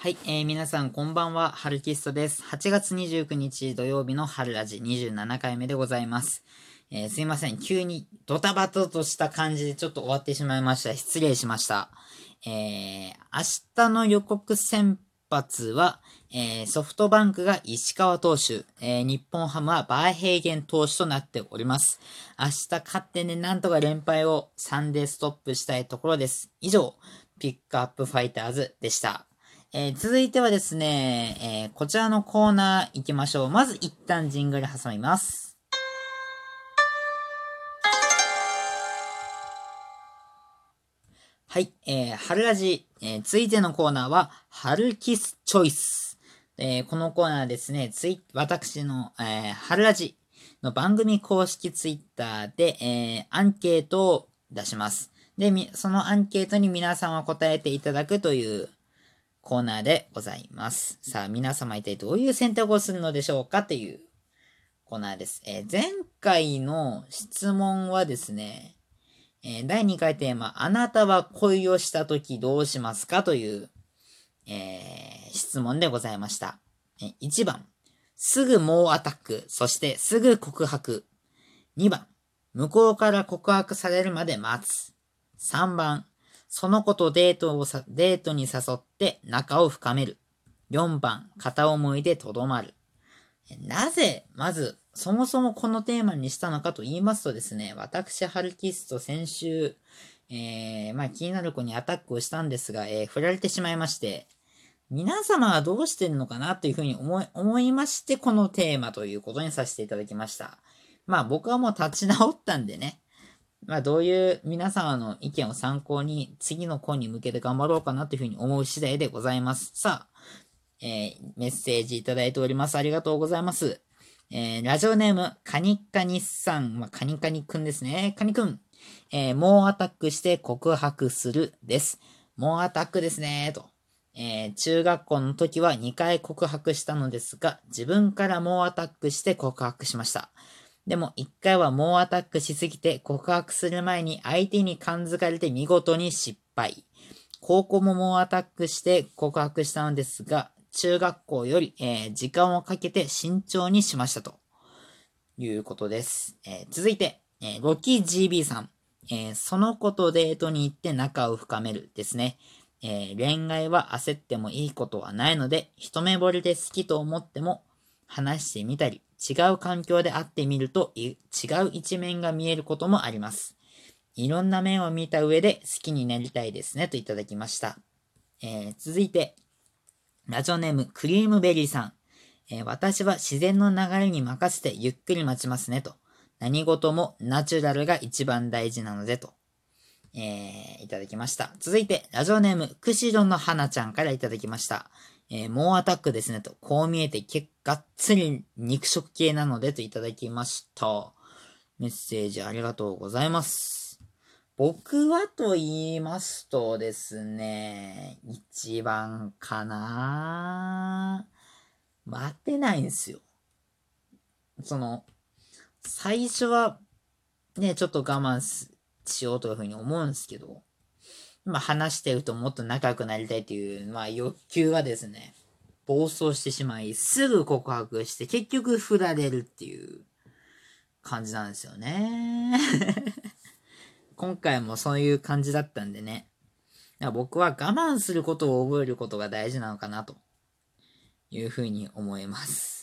はい、皆さんこんばんは、ハルキストです。8月29日土曜日の春ラジ27回目でございます。すいません、急にドタバタとした感じでちょっと終わってしまいました。失礼しました。明日の予告先発は、ソフトバンクが石川投手、日本ハムはバーヘイゲン投手となっております。明日勝ってね、なんとか連敗を3でストップしたいところです。以上、ピックアップファイターズでした。続いてはですね、こちらのコーナー行きましょう。まず一旦ジングル挟みます。はい、春ラジ、続いてのコーナーは、春キスチョイス。このコーナーですね、私の、春ラジの番組公式ツイッターで、アンケートを出します。で、そのアンケートに皆さんは答えていただくというコーナーでございます。さあ、皆様一体どういう選択をするのでしょうかというコーナーです。前回の質問はですね、第2回テーマ、あなたは恋をしたときどうしますかという、質問でございました。1番、すぐ猛アタック、そしてすぐ告白。2番、向こうから告白されるまで待つ。3番、その子とデートに誘って仲を深める。4番、片思いでとどまる。なぜ、まず、そもそもこのテーマにしたのかと言いますとですね、私、ハルキスト先週、気になる子にアタックをしたんですが、振られてしまいまして、皆様はどうしてるのかなというふうに思いまして、このテーマということにさせていただきました。僕はもう立ち直ったんでね、どういう皆様の意見を参考に次の子に向けて頑張ろうかなというふうに思う次第でございます。さあ、メッセージいただいております。ありがとうございます。ラジオネーム、カニカニさん、カニカニくんですね。カニくん。猛アタックして告白するです。猛アタックですね、と。中学校の時は2回告白したのですが、自分から猛アタックして告白しました。でも1回は猛アタックしすぎて告白する前に相手に感づかれて見事に失敗。高校も猛アタックして告白したのですが、中学校より、時間をかけて慎重にしましたということです。続いて、ロキ GB さん、その子とデートに行って仲を深めるですね。恋愛は焦ってもいいことはないので、一目惚れで好きと思っても話してみたり、違う環境で会ってみると違う一面が見えることもあります。いろんな面を見た上で好きになりたいですねといただきました。続いて、ラジオネームクリームベリーさん。私は自然の流れに任せてゆっくり待ちますねと。何事もナチュラルが一番大事なのでと。いただきました。続いて、ラジオネーム釧路の花ちゃんからいただきました。猛アタックですねと。こう見えてがっつり肉食系なのでといただきました。メッセージありがとうございます。僕はと言いますとですね、一番かな待ってないんですよ。最初はね、ちょっと我慢しようというふうに思うんですけど、話してるともっと仲良くなりたいという、欲求がですね、暴走してしまい、すぐ告白して、結局振られるっていう感じなんですよね。今回もそういう感じだったんでね。僕は我慢することを覚えることが大事なのかなというふうに思います。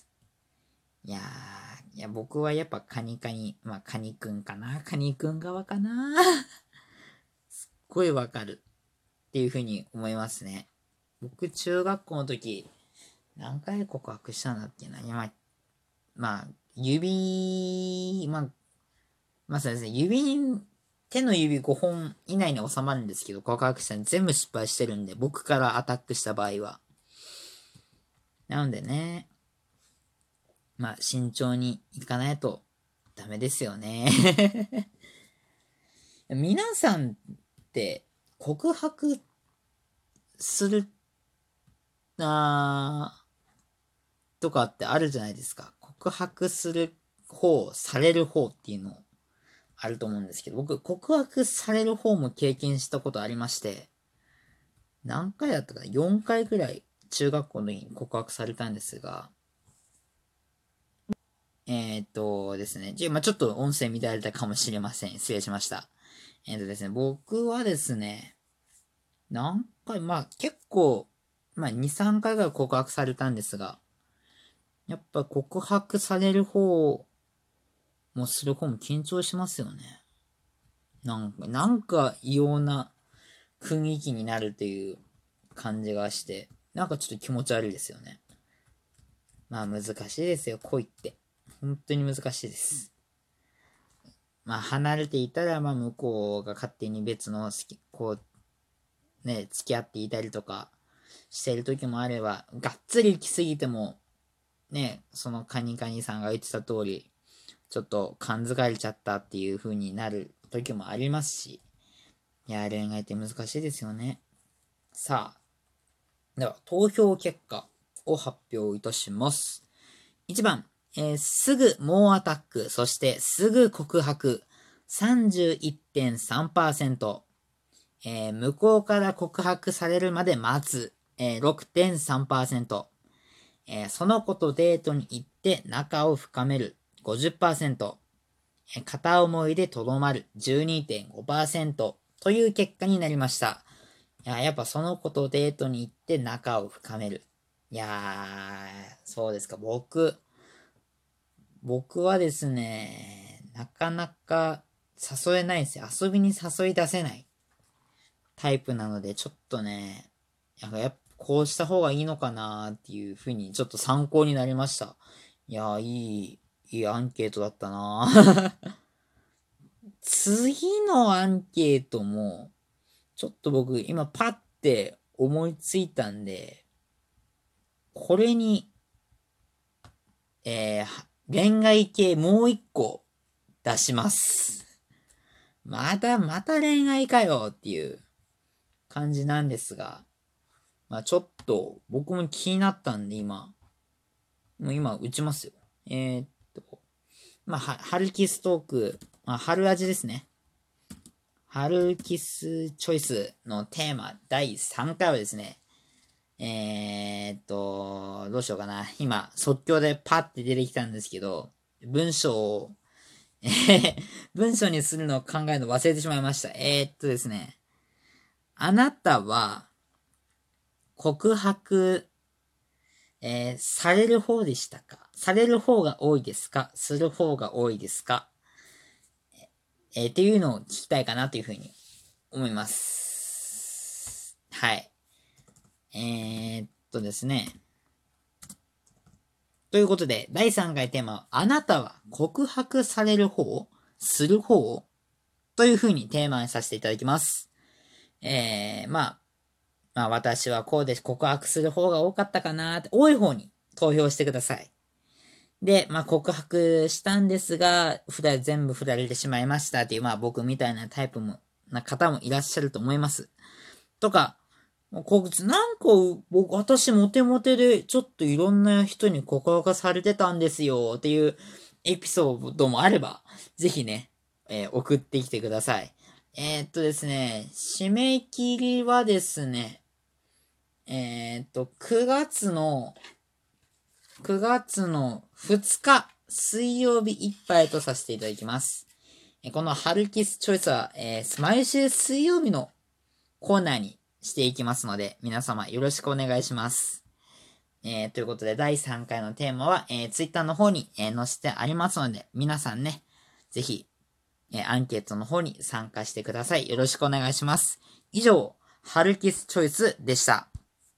いや、僕はやっぱカニカニ、カニくんかなカニくん側かなすっごいわかるっていうふうに思いますね。僕、中学校の時、何回告白したんだっけなそうですね、手の指5本以内に収まるんですけど、告白したの全部失敗してるんで、僕からアタックした場合は。なのでね、慎重にいかないとダメですよね。皆さんって告白するとかってあるじゃないですか。告白する方、される方っていうのあると思うんですけど、僕告白される方も経験したことありまして、何回だったかな ?4 回くらい中学校の時に告白されたんですが、ですね。ちょっと音声乱れたかもしれません。失礼しました。ですね、僕はですね、何回、結構、2、3回ぐらい告白されたんですが、やっぱ告白される方もする方も緊張しますよね。なんか異様な雰囲気になるという感じがして、なんかちょっと気持ち悪いですよね。難しいですよ、恋って。本当に難しいです。離れていたら、向こうが勝手に別の付き合っていたりとかしてる時もあれば、がっつり行き過ぎても、ね、そのカニカニさんが言ってた通り、ちょっと感づかれちゃったっていう風になる時もありますし、いや、恋愛って難しいですよね。さあ、では、投票結果を発表いたします。1番、すぐ猛アタック、そしてすぐ告白、31.3%。向こうから告白されるまで待つ、6.3%。その子とデートに行って仲を深める、50%。片思いでとどまる、12.5%。という結果になりました。やっぱその子とデートに行って仲を深める。そうですか。僕はですね、なかなか誘えないんですよ。遊びに誘い出せないタイプなので、ちょっとね、やっぱこうした方がいいのかなっていうふうにちょっと参考になりました。いいアンケートだったな次のアンケートも、ちょっと僕今パッて思いついたんで、これに、恋愛系もう一個出します。また恋愛かよっていう感じなんですが、ちょっと僕も気になったんでもう今打ちますよ。春キストーク、春味ですね。春キスチョイスのテーマ第3回はですね、どうしようかな。今、即興でパッて出てきたんですけど、文章を、文章にするのを考えるの忘れてしまいました。ですね。あなたは、告白、される方でしたか？される方が多いですか？する方が多いですか？っていうのを聞きたいかなというふうに思います。はい。ですね。ということで、第3回テーマは、あなたは告白される方？する方？というふうにテーマにさせていただきます。私はこうです。告白する方が多かったかなって、多い方に投票してください。で、告白したんですが、全部振られてしまいましたっていう、僕みたいなタイプな方もいらっしゃると思います。とか、私モテモテで、ちょっといろんな人に告白されてたんですよっていうエピソードもあれば、ぜひね、送ってきてください。ですね、締め切りはですね、9月の2日水曜日いっぱいとさせていただきます。この春キスチョイスは、毎週水曜日のコーナーにしていきますので、皆様よろしくお願いします。ということで、第3回のテーマは、Twitter の方に、載せてありますので、皆さんね、ぜひ、アンケートの方に参加してください。よろしくお願いします。以上、春キスチョイスでした。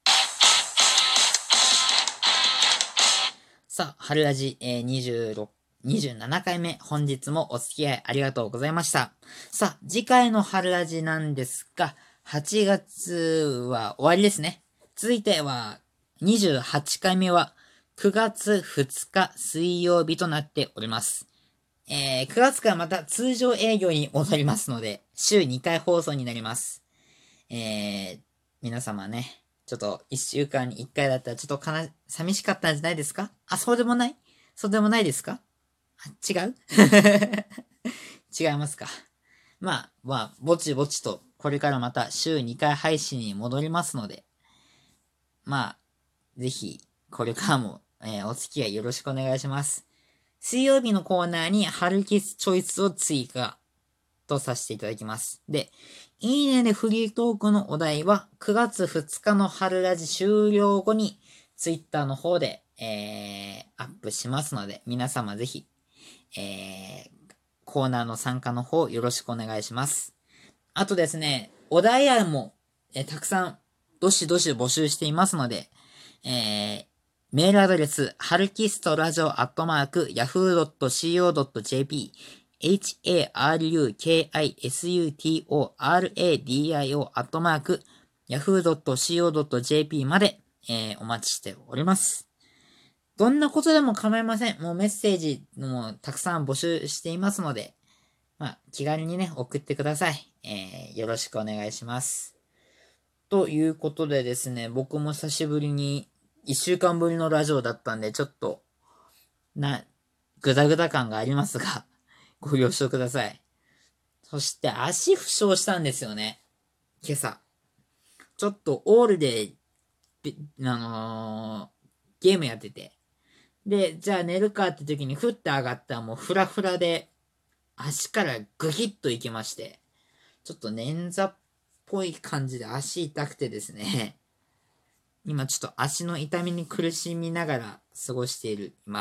さあ、春ラジ、27回目、本日もお付き合いありがとうございました。さあ、次回の春ラジなんですが、8月は終わりですね。続いては、28回目は、9月2日水曜日となっております。9月からまた通常営業に戻りますので、週2回放送になります。皆様ね、ちょっと1週間に1回だったらちょっと寂しかったんじゃないですか？そうでもない？そうでもないですか？違う違いますか？ぼちぼちと、これからまた週2回配信に戻りますので、 ぜひ、これからも、お付き合いよろしくお願いします。水曜日のコーナーに春キスチョイスを追加とさせていただきます。で、いいねでフリートークのお題は9月2日の春ラジ終了後にツイッターの方で、アップしますので、皆様ぜひ、コーナーの参加の方よろしくお願いします。あとですね、お題案も、たくさんどしどし募集していますので、メールアドレス、はるきすとラジオyahoo.co.jp harukisutoradio yahoo.co.jp まで、お待ちしております。どんなことでも構いません。もうメッセージもたくさん募集していますので、気軽にね、送ってください。よろしくお願いします。ということでですね、僕も久しぶりに1週間ぶりのラジオだったんで、ちょっと、ぐだぐだ感がありますが、ご了承ください。そして足負傷したんですよね。今朝。ちょっとオールで、ゲームやってて。で、じゃあ寝るかって時にふって上がったらもうフラフラで、足からグキッといきまして、ちょっと捻挫っぽい感じで足痛くてですね。今ちょっと足の痛みに苦しみながら過ごしています。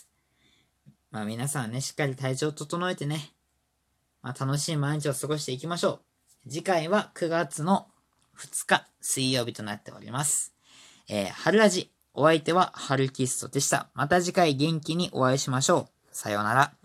皆さんね、しっかり体調を整えてね、楽しい毎日を過ごしていきましょう。次回は9月の2日水曜日となっております。春ラジ、お相手は春キストでした。また次回元気にお会いしましょう。さようなら。